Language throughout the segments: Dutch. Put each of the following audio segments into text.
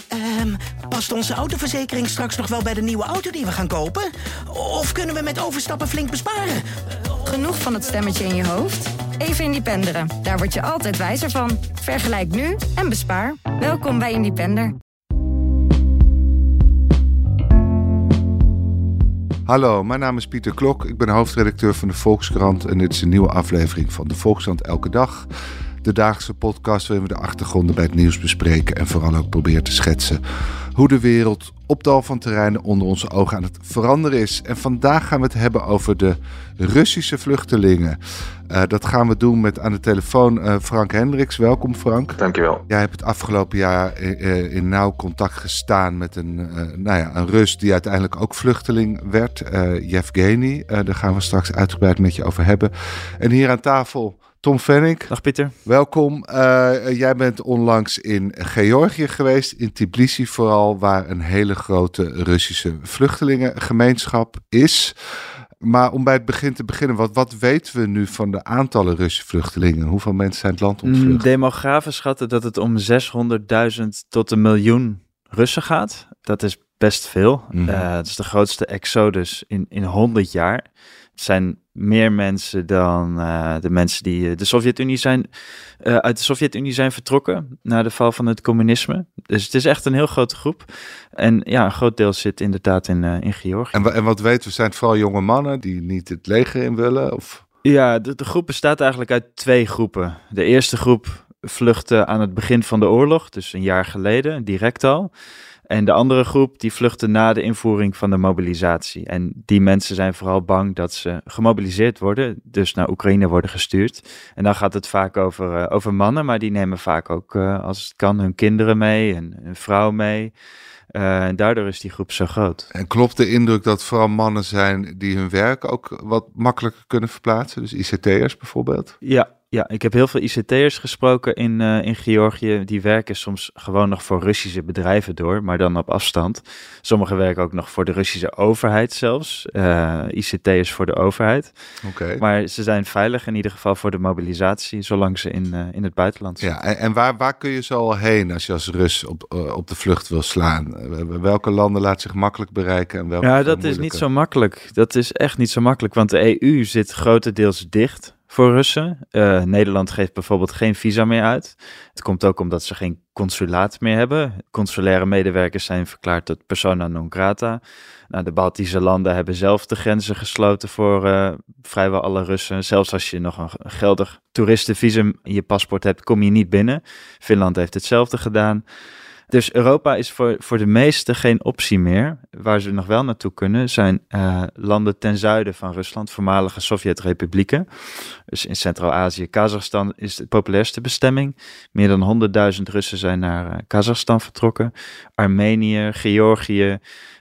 Past onze autoverzekering straks nog wel bij de nieuwe auto die we gaan kopen? Of kunnen we met overstappen flink besparen? Genoeg van het stemmetje in je hoofd? Even Independeren. Daar word je altijd wijzer van. Vergelijk nu en bespaar. Welkom bij Independer. Hallo, mijn naam is Pieter Klok. Ik ben hoofdredacteur van de Volkskrant en dit is een nieuwe aflevering van de Volkskrant Elke Dag. De dagelijkse podcast waarin we de achtergronden bij het nieuws bespreken en vooral ook proberen te schetsen hoe de wereld op tal van terreinen onder onze ogen aan het veranderen is. En vandaag gaan we het hebben over de Russische vluchtelingen. Dat gaan we doen met aan de telefoon Frank Hendricks. Welkom Frank. Dankjewel. Jij hebt het afgelopen jaar in nauw contact gestaan met een Rus die uiteindelijk ook vluchteling werd. Yevgeny. Daar gaan we straks uitgebreid met je over hebben. En hier aan tafel Tom Fenink. Dag Pieter. Welkom. Jij bent onlangs in Georgië geweest, in Tbilisi vooral, waar een hele grote Russische vluchtelingengemeenschap is. Maar om bij het begin te beginnen, wat weten we nu van de aantallen Russische vluchtelingen? Hoeveel mensen zijn het land ontvlucht? Demografen schatten dat het om 600.000 tot 1 miljoen Russen gaat. Dat is best veel. Het is de grootste exodus in 100 jaar. Het zijn meer mensen dan de mensen die uit de Sovjet-Unie zijn vertrokken na de val van het communisme. Dus het is echt een heel grote groep. En ja, een groot deel zit inderdaad in Georgië. En wat weten we, zijn het vooral jonge mannen die niet het leger in willen? Of? Ja, de groep bestaat eigenlijk uit 2 groepen. De eerste groep vluchtte aan het begin van de oorlog, dus een jaar geleden, direct al. En de andere groep die vluchtte na de invoering van de mobilisatie. En die mensen zijn vooral bang dat ze gemobiliseerd worden, dus naar Oekraïne worden gestuurd. En dan gaat het vaak over mannen, maar die nemen vaak ook, als het kan, hun kinderen mee en hun vrouw mee. En daardoor is die groep zo groot. En klopt de indruk dat vooral mannen zijn die hun werk ook wat makkelijker kunnen verplaatsen? Dus ICT'ers bijvoorbeeld? Ja, ik heb heel veel ICT'ers gesproken in Georgië. Die werken soms gewoon nog voor Russische bedrijven door, maar dan op afstand. Sommigen werken ook nog voor de Russische overheid zelfs. ICT'ers voor de overheid. Okay. Maar ze zijn veilig in ieder geval voor de mobilisatie, zolang ze in het buitenland zijn. Ja, en waar kun je zo al heen als je als Rus op de vlucht wil slaan? Welke landen laten zich makkelijk bereiken? En welke dat is niet zo makkelijk. Dat is echt niet zo makkelijk, want de EU zit grotendeels dicht voor Russen. Nederland geeft bijvoorbeeld geen visa meer uit. Het komt ook omdat ze geen consulaat meer hebben. Consulaire medewerkers zijn verklaard tot persona non grata. Nou, de Baltische landen hebben zelf de grenzen gesloten voor vrijwel alle Russen. Zelfs als je nog een geldig toeristenvisum in je paspoort hebt, kom je niet binnen. Finland heeft hetzelfde gedaan. Dus Europa is voor de meesten geen optie meer. Waar ze nog wel naartoe kunnen zijn landen ten zuiden van Rusland, voormalige Sovjet-republieken. Dus in Centraal-Azië, Kazachstan is de populairste bestemming. Meer dan 100.000 Russen zijn naar Kazachstan vertrokken. Armenië, Georgië,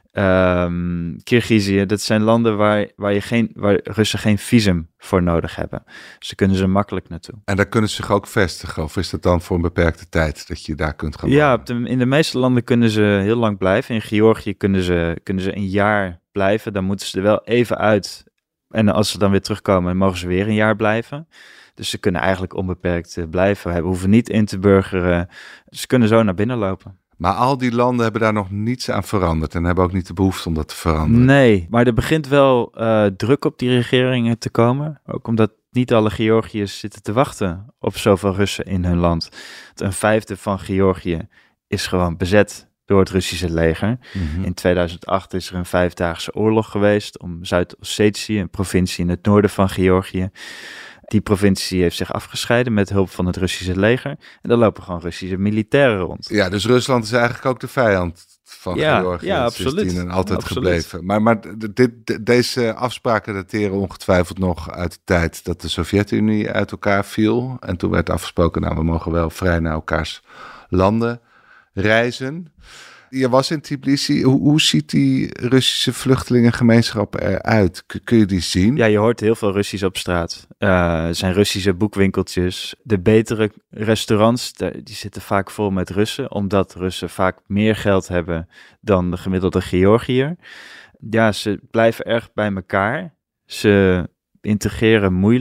Kirgizië, dat zijn landen waar Russen geen visum voor nodig hebben. Dus daar kunnen ze makkelijk naartoe. En daar kunnen ze zich ook vestigen? Of is dat dan voor een beperkte tijd dat je daar kunt gaan wonen? Ja, in de meeste landen kunnen ze heel lang blijven. In Georgië kunnen ze een jaar blijven. Dan moeten ze er wel even uit. En als ze dan weer terugkomen, mogen ze weer een jaar blijven. Dus ze kunnen eigenlijk onbeperkt blijven. We hoeven niet in te burgeren. Ze kunnen zo naar binnen lopen. Maar al die landen hebben daar nog niets aan veranderd en hebben ook niet de behoefte om dat te veranderen. Nee, maar er begint wel druk op die regeringen te komen. Ook omdat niet alle Georgiërs zitten te wachten op zoveel Russen in hun land. Een vijfde van Georgië is gewoon bezet door het Russische leger. Mm-hmm. In 2008 is er een 5-daagse oorlog geweest om Zuid-Ossetië, een provincie in het noorden van Georgië. Die provincie heeft zich afgescheiden met hulp van het Russische leger. En daar lopen gewoon Russische militairen rond. Ja, dus Rusland is eigenlijk ook de vijand van Georgië. Ja, absoluut. En altijd gebleven. Maar deze afspraken dateren ongetwijfeld nog uit de tijd dat de Sovjet-Unie uit elkaar viel. En toen werd afgesproken, we mogen wel vrij naar elkaars landen reizen. Je was in Tbilisi. Hoe ziet die Russische vluchtelingengemeenschap eruit? Kun je die zien? Ja, je hoort heel veel Russisch op straat. Er zijn Russische boekwinkeltjes. De betere restaurants, die zitten vaak vol met Russen, omdat Russen vaak meer geld hebben dan de gemiddelde Georgiër. Ja, ze blijven erg bij elkaar. Ze integreren moeilijk.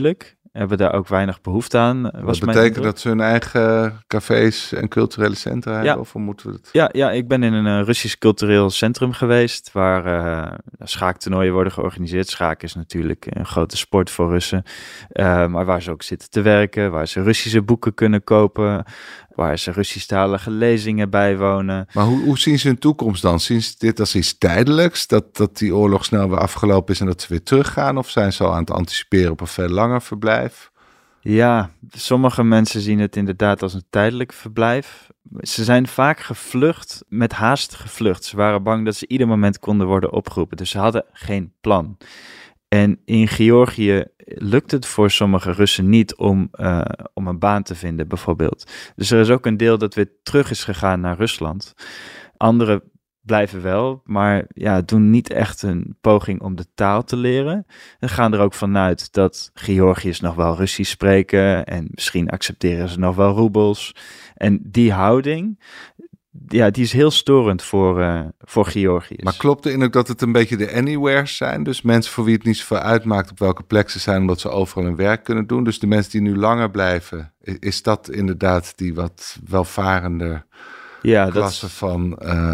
Hebben daar ook weinig behoefte aan. Dat betekent dat ze hun eigen cafés en culturele centra hebben? Of hoe moeten we het? Ja, ik ben in een Russisch cultureel centrum geweest, waar schaaktoernooien worden georganiseerd. Schaak is natuurlijk een grote sport voor Russen. Maar waar ze ook zitten te werken, waar ze Russische boeken kunnen kopen, waar ze Russisch-talige lezingen bijwonen. Maar hoe zien ze hun toekomst dan? Zien ze dit als iets tijdelijks? Dat die oorlog snel weer afgelopen is en dat ze weer teruggaan? Of zijn ze al aan het anticiperen op een veel langer verblijf? Ja, sommige mensen zien het inderdaad als een tijdelijk verblijf. Ze zijn vaak gevlucht, met haast gevlucht. Ze waren bang dat ze ieder moment konden worden opgeroepen. Dus ze hadden geen plan. En in Georgië lukt het voor sommige Russen niet om een baan te vinden, bijvoorbeeld. Dus er is ook een deel dat weer terug is gegaan naar Rusland. Anderen blijven wel, maar doen niet echt een poging om de taal te leren. En gaan er ook vanuit dat Georgiërs nog wel Russisch spreken en misschien accepteren ze nog wel roebels. En die houding, die is heel storend voor Georgiërs. Maar klopt de indruk dat het een beetje de anywheres zijn? Dus mensen voor wie het niet zoveel uitmaakt op welke plek ze zijn, omdat ze overal hun werk kunnen doen. Dus de mensen die nu langer blijven, is dat inderdaad die wat welvarender klasse van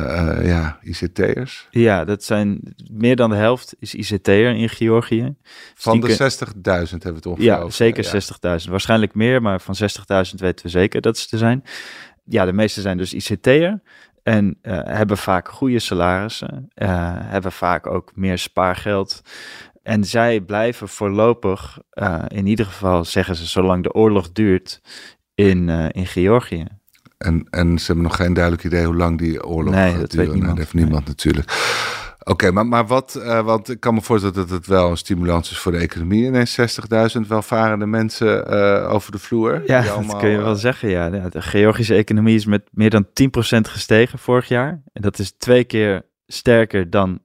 ICT'ers? Ja, dat zijn meer dan de helft is ICT'er in Georgië. Van de 60.000 hebben we het ongeveer over. Zeker 60.000. Waarschijnlijk meer, maar van 60.000 weten we zeker dat ze er zijn. Ja, de meeste zijn dus ICT'er en hebben vaak goede salarissen, hebben vaak ook meer spaargeld. En zij blijven voorlopig, in ieder geval zeggen ze, zolang de oorlog duurt, in Georgië. En ze hebben nog geen duidelijk idee hoe lang die oorlog gaat duren. Weet niemand. Dat heeft niemand natuurlijk. Oké, maar wat, want ik kan me voorstellen dat het wel een stimulans is voor de economie. Ineens 60.000 welvarende mensen over de vloer. Ja, dat kun je wel zeggen, ja. De Georgische economie is met meer dan 10% gestegen vorig jaar. En dat is 2 keer sterker dan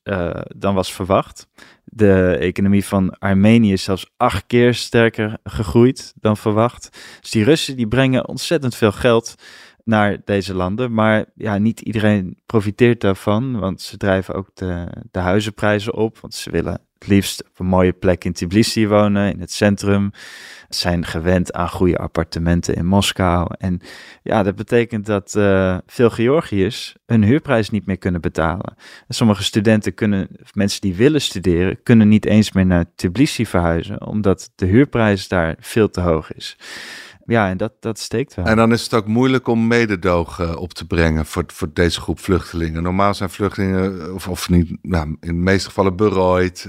was verwacht. De economie van Armenië is zelfs 8 keer sterker gegroeid dan verwacht. Dus die Russen die brengen ontzettend veel geld naar deze landen. Maar niet iedereen profiteert daarvan, want ze drijven ook de huizenprijzen op. Want ze willen het liefst op een mooie plek in Tbilisi wonen, in het centrum. Ze zijn gewend aan goede appartementen in Moskou. En dat betekent dat veel Georgiërs hun huurprijs niet meer kunnen betalen. En sommige studenten mensen die willen studeren, kunnen niet eens meer naar Tbilisi verhuizen, omdat de huurprijs daar veel te hoog is. Ja, en dat steekt wel. En dan is het ook moeilijk om mededogen op te brengen voor deze groep vluchtelingen. Normaal zijn vluchtelingen, of niet, in de meeste gevallen berooid,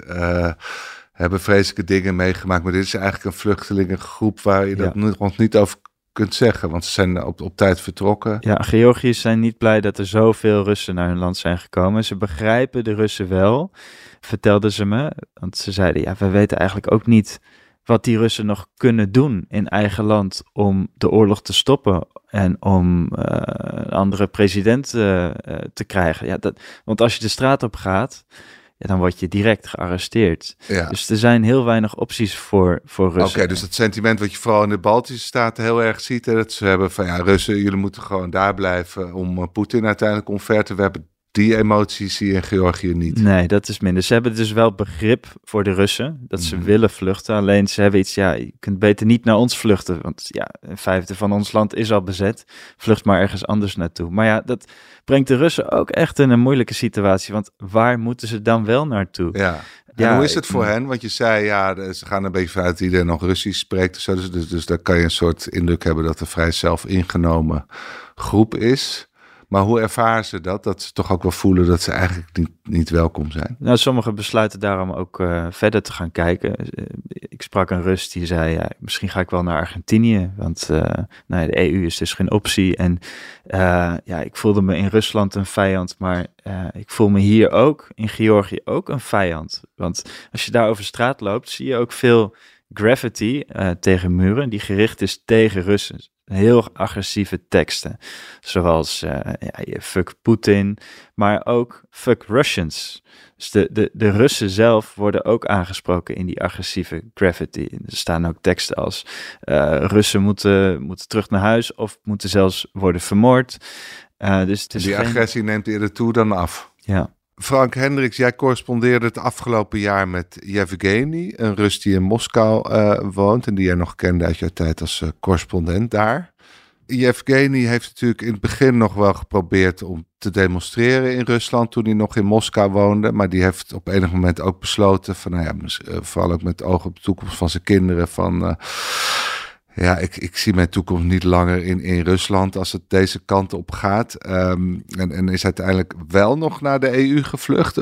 hebben vreselijke dingen meegemaakt. Maar dit is eigenlijk een vluchtelingengroep waar je dat nog niet over kunt zeggen, want ze zijn op tijd vertrokken. Ja, Georgiërs zijn niet blij dat er zoveel Russen naar hun land zijn gekomen. Ze begrijpen de Russen wel, vertelden ze me. Want ze zeiden, we weten eigenlijk ook niet wat die Russen nog kunnen doen in eigen land om de oorlog te stoppen en om een andere president te krijgen. Want als je de straat op gaat, dan word je direct gearresteerd. Ja. Dus er zijn heel weinig opties voor Russen. Oké, dus het sentiment wat je vooral in de Baltische Staten heel erg ziet, dat ze hebben van Russen, jullie moeten gewoon daar blijven om Poetin uiteindelijk omver te werpen. Die emoties zie je in Georgië niet. Nee, dat is minder. Ze hebben dus wel begrip voor de Russen, dat ze willen vluchten. Alleen ze hebben iets, je kunt beter niet naar ons vluchten. Want een vijfde van ons land is al bezet. Vlucht maar ergens anders naartoe. Maar dat brengt de Russen ook echt in een moeilijke situatie. Want waar moeten ze dan wel naartoe? Ja. En hoe is het voor hen? Want je zei, ze gaan een beetje vanuit dat iedereen nog Russisch spreekt. Dus daar kan je een soort indruk hebben dat er vrij zelfingenomen groep is. Maar hoe ervaren ze dat? Dat ze toch ook wel voelen dat ze eigenlijk niet welkom zijn? Nou, sommigen besluiten daarom ook verder te gaan kijken. Ik sprak een Rus die zei, misschien ga ik wel naar Argentinië. Want de EU is dus geen optie. En ik voelde me in Rusland een vijand. Maar ik voel me hier ook, in Georgië, ook een vijand. Want als je daar over straat loopt, zie je ook veel graffiti tegen muren die gericht is tegen Russen. Heel agressieve teksten, zoals fuck Poetin, maar ook fuck Russians. Dus de Russen zelf worden ook aangesproken in die agressieve graffiti. Er staan ook teksten als Russen moeten terug naar huis of moeten zelfs worden vermoord. Dus het is die agressie neemt eerder toe dan af. Ja. Frank Hendricks, jij correspondeerde het afgelopen jaar met Yevgeny, een Rus die in Moskou woont en die jij nog kende uit jouw tijd als correspondent daar. Yevgeny heeft natuurlijk in het begin nog wel geprobeerd om te demonstreren in Rusland toen hij nog in Moskou woonde, maar die heeft op enig moment ook besloten van, vooral ook met oog op de toekomst van zijn kinderen, van ik zie mijn toekomst niet langer in Rusland als het deze kant op gaat. En is uiteindelijk wel nog naar de EU gevlucht.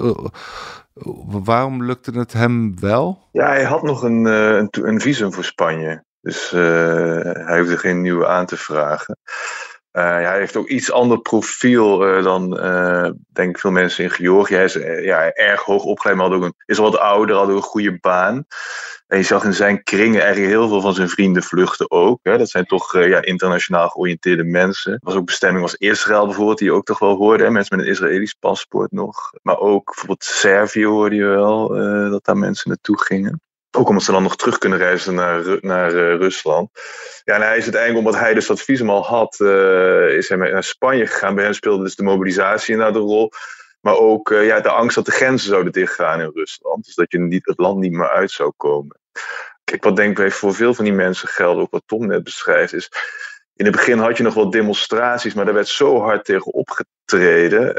Waarom lukte het hem wel? Ja, hij had nog een visum voor Spanje. Dus hij hoefde geen nieuwe aan te vragen. Hij heeft ook iets ander profiel dan denk ik veel mensen in Georgië. Hij is erg hoog opgeleid, maar is al wat ouder, had ook een goede baan. En je zag in zijn kringen eigenlijk heel veel van zijn vrienden vluchten ook. Hè. Dat zijn toch internationaal georiënteerde mensen. Er was ook bestemming als Israël bijvoorbeeld, die je ook toch wel hoorde. Hè. Mensen met een Israëlisch paspoort nog. Maar ook bijvoorbeeld Servië hoorde je wel, dat daar mensen naartoe gingen. Ook omdat ze dan nog terug kunnen reizen naar Rusland. Ja, en hij is uiteindelijk, omdat hij dus dat visum al had, is hij naar Spanje gegaan. Bij hem speelde dus de mobilisatie inderdaad een rol. Maar ook de angst dat de grenzen zouden dichtgaan in Rusland. Dus dat je het land niet meer uit zou komen. Kijk, wat denk ik voor veel van die mensen geldt, ook wat Tom net beschrijft, is in het begin had je nog wel demonstraties, maar daar werd zo hard tegen opgetreden.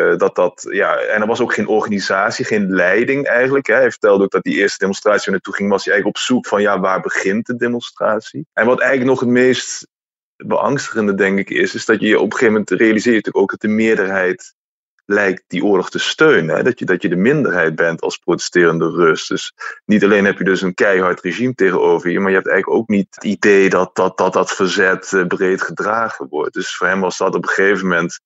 En er was ook geen organisatie, geen leiding eigenlijk. Hè. Hij vertelde ook dat die eerste demonstratie waar naartoe ging, was hij eigenlijk op zoek van waar begint de demonstratie. En wat eigenlijk nog het meest beangstigende, denk ik, is dat je op een gegeven moment realiseert ook dat de meerderheid lijkt die oorlog te steunen. Hè? Dat je de minderheid bent als protesterende Rus. Dus niet alleen heb je dus een keihard regime tegenover je, maar je hebt eigenlijk ook niet het idee dat verzet breed gedragen wordt. Dus voor hem was dat op een gegeven moment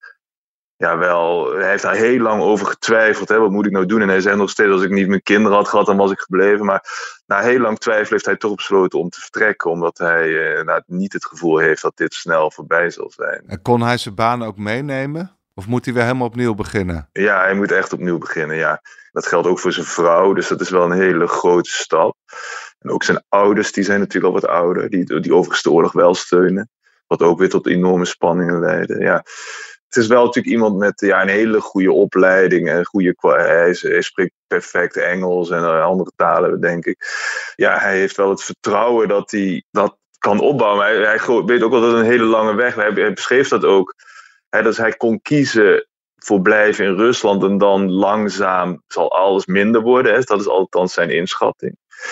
hij heeft daar heel lang over getwijfeld. Hè? Wat moet ik nou doen? En hij zei nog steeds, als ik niet mijn kinderen had gehad, dan was ik gebleven. Maar na heel lang twijfel heeft hij toch besloten om te vertrekken, omdat hij niet het gevoel heeft dat dit snel voorbij zal zijn. En kon hij zijn baan ook meenemen? Of moet hij weer helemaal opnieuw beginnen? Ja, hij moet echt opnieuw beginnen, ja. Dat geldt ook voor zijn vrouw, dus dat is wel een hele grote stap. En ook zijn ouders, die zijn natuurlijk al wat ouder, die overigens de oorlog wel steunen. Wat ook weer tot enorme spanningen leidde, ja. Het is wel natuurlijk iemand met een hele goede opleiding en hij spreekt perfect Engels en andere talen, denk ik. Ja, hij heeft wel het vertrouwen dat hij dat kan opbouwen. Maar hij weet ook wel dat het een hele lange weg. Hij beschreef dat ook. Dus hij kon kiezen voor blijven in Rusland en dan langzaam zal alles minder worden. Hè? Dat is althans zijn inschatting.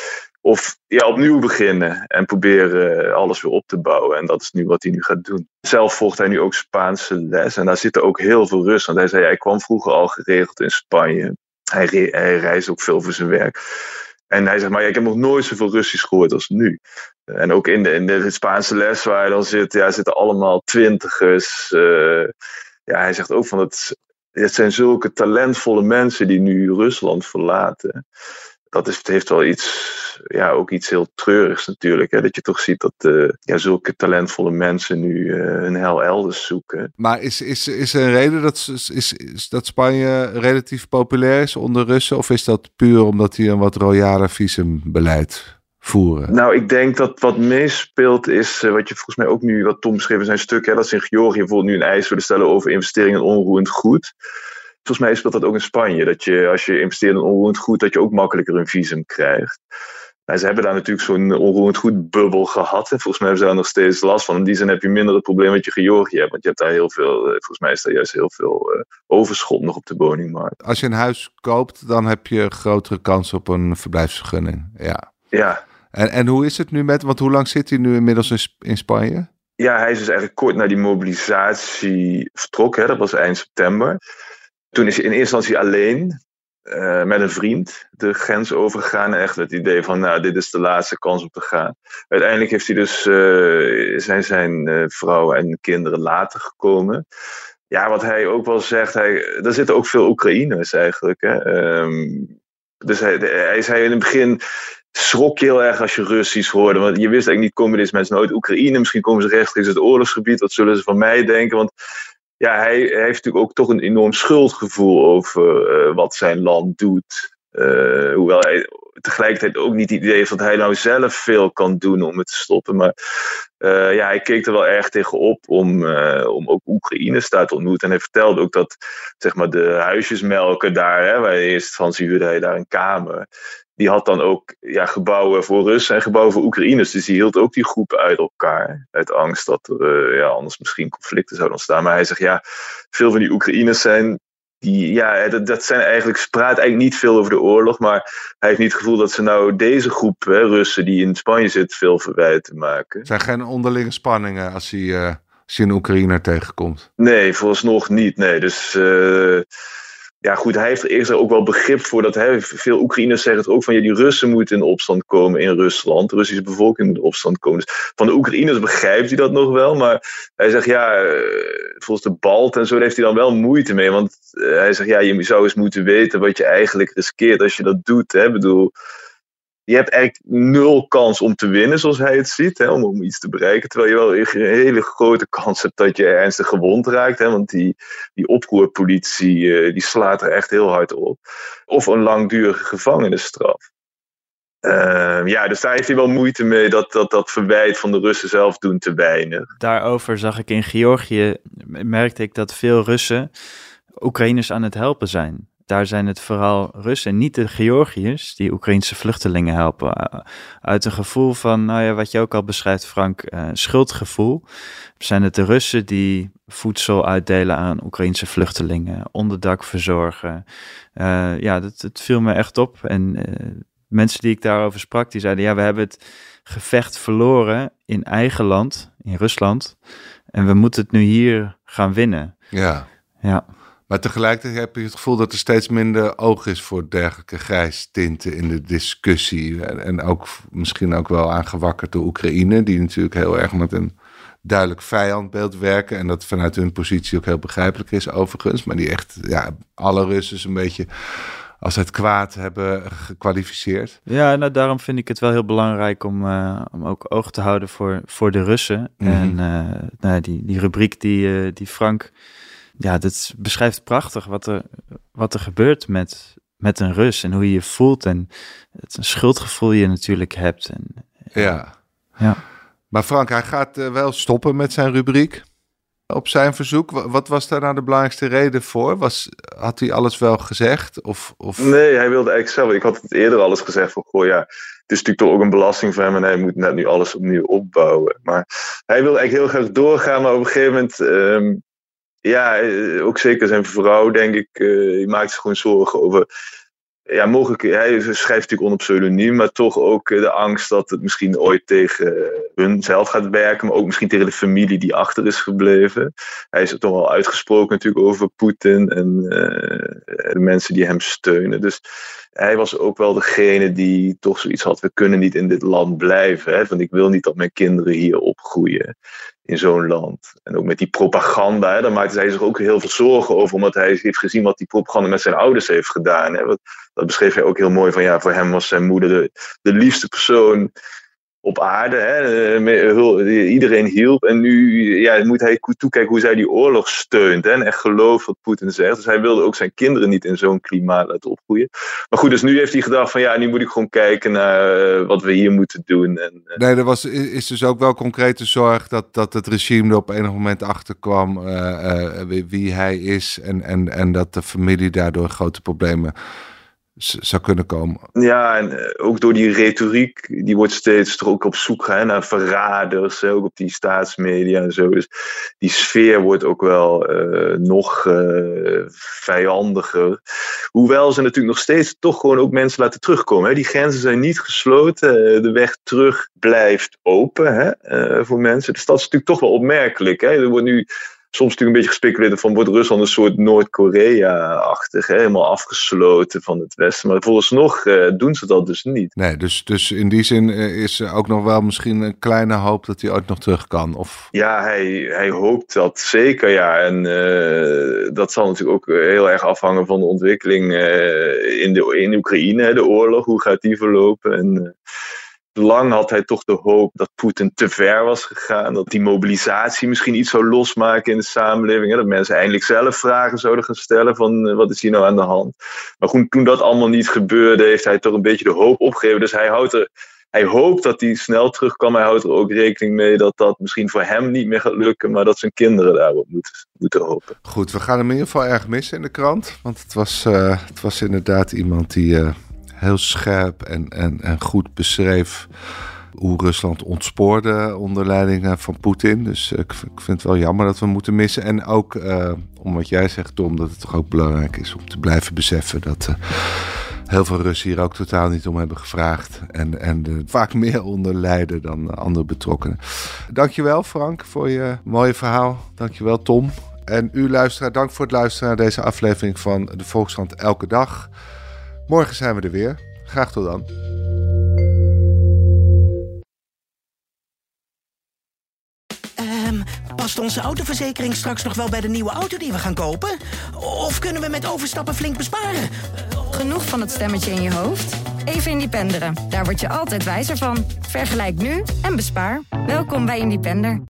Of opnieuw beginnen en proberen alles weer op te bouwen. En dat is nu wat hij nu gaat doen. Zelf volgt hij nu ook Spaanse les. En daar zitten ook heel veel Russen. Want hij zei, hij kwam vroeger al geregeld in Spanje. Hij reist ook veel voor zijn werk. En hij zegt, maar ik heb nog nooit zoveel Russisch gehoord als nu. En ook in de Spaanse les waar hij dan zit, zitten allemaal twintigers. Hij zegt ook van, het zijn zulke talentvolle mensen die nu Rusland verlaten. Dat heeft wel ook iets heel treurigs natuurlijk. Hè? Dat je toch ziet dat zulke talentvolle mensen nu een hel elders zoeken. Maar is er een reden dat Spanje relatief populair is onder Russen? Of is dat puur omdat die een wat royaler visumbeleid voeren? Nou, ik denk dat wat meespeelt is, wat je volgens mij ook nu, wat Tom beschreef in zijn stuk, dat ze in Georgië bijvoorbeeld nu een eis willen stellen over investeringen in onroerend goed. Volgens mij speelt dat ook in Spanje, dat je als je investeert in onroerend goed, dat je ook makkelijker een visum krijgt. Nou, ze hebben daar natuurlijk zo'n onroerend goed bubbel gehad. En volgens mij hebben ze daar nog steeds last van. In die zin heb je minder het probleem wat je Georgië hebt. Want je hebt daar heel veel, volgens mij is daar juist heel veel overschot nog op de woningmarkt. Als je een huis koopt, dan heb je grotere kans op een verblijfsvergunning. Ja. En hoe is het nu want hoe lang zit hij nu inmiddels in Spanje? Ja, hij is dus eigenlijk kort na die mobilisatie vertrokken. Hè? Dat was eind september. Toen is hij in eerste instantie alleen met een vriend de grens overgegaan. Echt het idee van, dit is de laatste kans om te gaan. Uiteindelijk heeft hij dus, zijn vrouw en kinderen later gekomen. Ja, wat hij ook wel zegt, er zitten ook veel Oekraïners eigenlijk. Hè? Dus hij zei in het begin, schrok je heel erg als je Russisch hoorde. Want je wist eigenlijk niet, komen deze mensen nooit Oekraïne? Misschien komen ze rechtstreeks uit het oorlogsgebied. Wat zullen ze van mij denken? Want hij heeft natuurlijk ook toch een enorm schuldgevoel over wat zijn land doet. Hoewel hij tegelijkertijd ook niet het idee heeft dat hij nou zelf veel kan doen om het te stoppen. Maar hij keek er wel erg tegen op om ook Oekraïners daar te ontmoeten. En hij vertelde ook dat zeg maar, de huisjesmelker daar, waar in eerste instantie huurde hij daar een kamer. Die had dan ook gebouwen voor Russen en gebouwen voor Oekraïners. Dus die hield ook die groepen uit elkaar. Uit angst dat er anders misschien conflicten zouden ontstaan. Maar hij zegt, veel van die Oekraïners zijn... dat zijn eigenlijk, praat eigenlijk niet veel over de oorlog. Maar hij heeft niet het gevoel dat ze nou deze groep Russen die in Spanje zit veel verwijten maken. Er zijn geen onderlinge spanningen als hij een Oekraïner tegenkomt? Nee, vooralsnog niet. Nee, dus... goed, hij heeft er eerst ook wel begrip voor dat veel Oekraïners zeggen het ook van die Russen moeten in opstand komen in Rusland. De Russische bevolking moet in opstand komen. Dus van de Oekraïners begrijpt hij dat nog wel, maar hij zegt volgens de Balten en zo heeft hij dan wel moeite mee. Want hij zegt je zou eens moeten weten wat je eigenlijk riskeert als je dat doet. Hè? Ik bedoel, je hebt eigenlijk 0 kans om te winnen, zoals hij het ziet, om iets te bereiken. Terwijl je wel een hele grote kans hebt dat je ernstig gewond raakt. Want die oproerpolitie die slaat er echt heel hard op. Of een langdurige gevangenisstraf. Dus daar heeft hij wel moeite mee dat verwijt van de Russen zelf doen te weinig. Daarover zag ik in Georgië, merkte ik dat veel Russen Oekraïners aan het helpen zijn. Daar zijn het vooral Russen en niet de Georgiërs die Oekraïnse vluchtelingen helpen. Uit een gevoel van, wat je ook al beschrijft, Frank, schuldgevoel. Zijn het de Russen die voedsel uitdelen aan Oekraïnse vluchtelingen, onderdak verzorgen. Dat viel me echt op. En mensen die ik daarover sprak, die zeiden, we hebben het gevecht verloren in eigen land, in Rusland. En we moeten het nu hier gaan winnen. Ja. Maar tegelijkertijd heb je het gevoel dat er steeds minder oog is voor dergelijke grijstinten in de discussie. En ook misschien ook wel aangewakkerd door Oekraïne, die natuurlijk heel erg met een duidelijk vijandbeeld werken. En dat vanuit hun positie ook heel begrijpelijk is overigens. Maar die echt alle Russen een beetje als het kwaad hebben gekwalificeerd. Ja, daarom vind ik het wel heel belangrijk om ook oog te houden voor de Russen. Mm-hmm. En die rubriek die Frank... dat beschrijft prachtig wat er gebeurt met een Rus en hoe je je voelt en het een schuldgevoel je natuurlijk hebt. Ja. Maar Frank, hij gaat wel stoppen met zijn rubriek op zijn verzoek. Wat was daar nou de belangrijkste reden voor? Had hij alles wel gezegd? Of... Nee, hij wilde eigenlijk zelf. Ik had het eerder alles gezegd van, het is natuurlijk toch ook een belasting voor hem en hij moet net nu alles opnieuw opbouwen. Maar hij wilde eigenlijk heel graag doorgaan, maar op een gegeven moment... ook zeker zijn vrouw, denk ik, die maakt zich gewoon zorgen over... mogelijk, hij schrijft natuurlijk onder pseudoniem, maar toch ook de angst dat het misschien ooit tegen hun zelf gaat werken, maar ook misschien tegen de familie die achter is gebleven. Hij is er toch wel uitgesproken natuurlijk over Poetin en de mensen die hem steunen. Dus hij was ook wel degene die toch zoiets had, we kunnen niet in dit land blijven. Want ik wil niet dat mijn kinderen hier opgroeien in zo'n land. En ook met die propaganda, daar maakte hij zich ook heel veel zorgen over, omdat hij heeft gezien wat die propaganda met zijn ouders heeft gedaan. Dat beschreef hij ook heel mooi van, voor hem was zijn moeder de liefste persoon op aarde. Iedereen hielp. En nu moet hij toekijken hoe zij die oorlog steunt. En echt gelooft wat Poetin zegt. Dus hij wilde ook zijn kinderen niet in zo'n klimaat laten opgroeien. Maar goed, dus nu heeft hij gedacht van nu moet ik gewoon kijken naar wat we hier moeten doen. Nee, is dus ook wel concrete zorg dat het regime er op enig moment achter kwam wie hij is. En dat de familie daardoor grote problemen zou kunnen komen. Ja, en ook door die retoriek, die wordt steeds toch ook op zoek naar verraders, ook op die staatsmedia en zo. Dus die sfeer wordt ook wel nog vijandiger. Hoewel ze natuurlijk nog steeds toch gewoon ook mensen laten terugkomen. Die grenzen zijn niet gesloten, de weg terug blijft open voor mensen. Dus dat is natuurlijk toch wel opmerkelijk. Er wordt nu soms natuurlijk een beetje gespeculeerd van, wordt Rusland een soort Noord-Korea-achtig, helemaal afgesloten van het Westen. Maar vooralsnog doen ze dat dus niet. Nee, dus in die zin is er ook nog wel misschien een kleine hoop dat hij ooit nog terug kan? Of... Ja, hij hoopt dat zeker, ja. En dat zal natuurlijk ook heel erg afhangen van de ontwikkeling in Oekraïne, de oorlog. Hoe gaat die verlopen? En lang had hij toch de hoop dat Poetin te ver was gegaan. Dat die mobilisatie misschien iets zou losmaken in de samenleving. Hè? Dat mensen eindelijk zelf vragen zouden gaan stellen van wat is hier nou aan de hand. Maar goed, toen dat allemaal niet gebeurde, heeft hij toch een beetje de hoop opgegeven. Dus hij hoopt dat hij snel terugkwam. Hij houdt er ook rekening mee dat dat misschien voor hem niet meer gaat lukken, maar dat zijn kinderen daarop moeten hopen. Goed, we gaan hem in ieder geval erg missen in de krant. Want het was inderdaad iemand die heel scherp en goed beschreef hoe Rusland ontspoorde onder leiding van Poetin. Dus ik vind het wel jammer dat we hem moeten missen. En ook, om wat jij zegt, Tom, dat het toch ook belangrijk is om te blijven beseffen dat heel veel Russen hier ook totaal niet om hebben gevraagd. En vaak meer onder lijden dan andere betrokkenen. Dankjewel Frank voor je mooie verhaal. Dankjewel Tom. En u luisteraar, dank voor het luisteren naar deze aflevering van de Volkskrant Elke Dag. Morgen zijn we er weer. Graag tot dan. Past onze autoverzekering straks nog wel bij de nieuwe auto die we gaan kopen? Of kunnen we met overstappen flink besparen? Genoeg van het stemmetje in je hoofd? Even Independeren. Daar word je altijd wijzer van. Vergelijk nu en bespaar. Welkom bij Independer.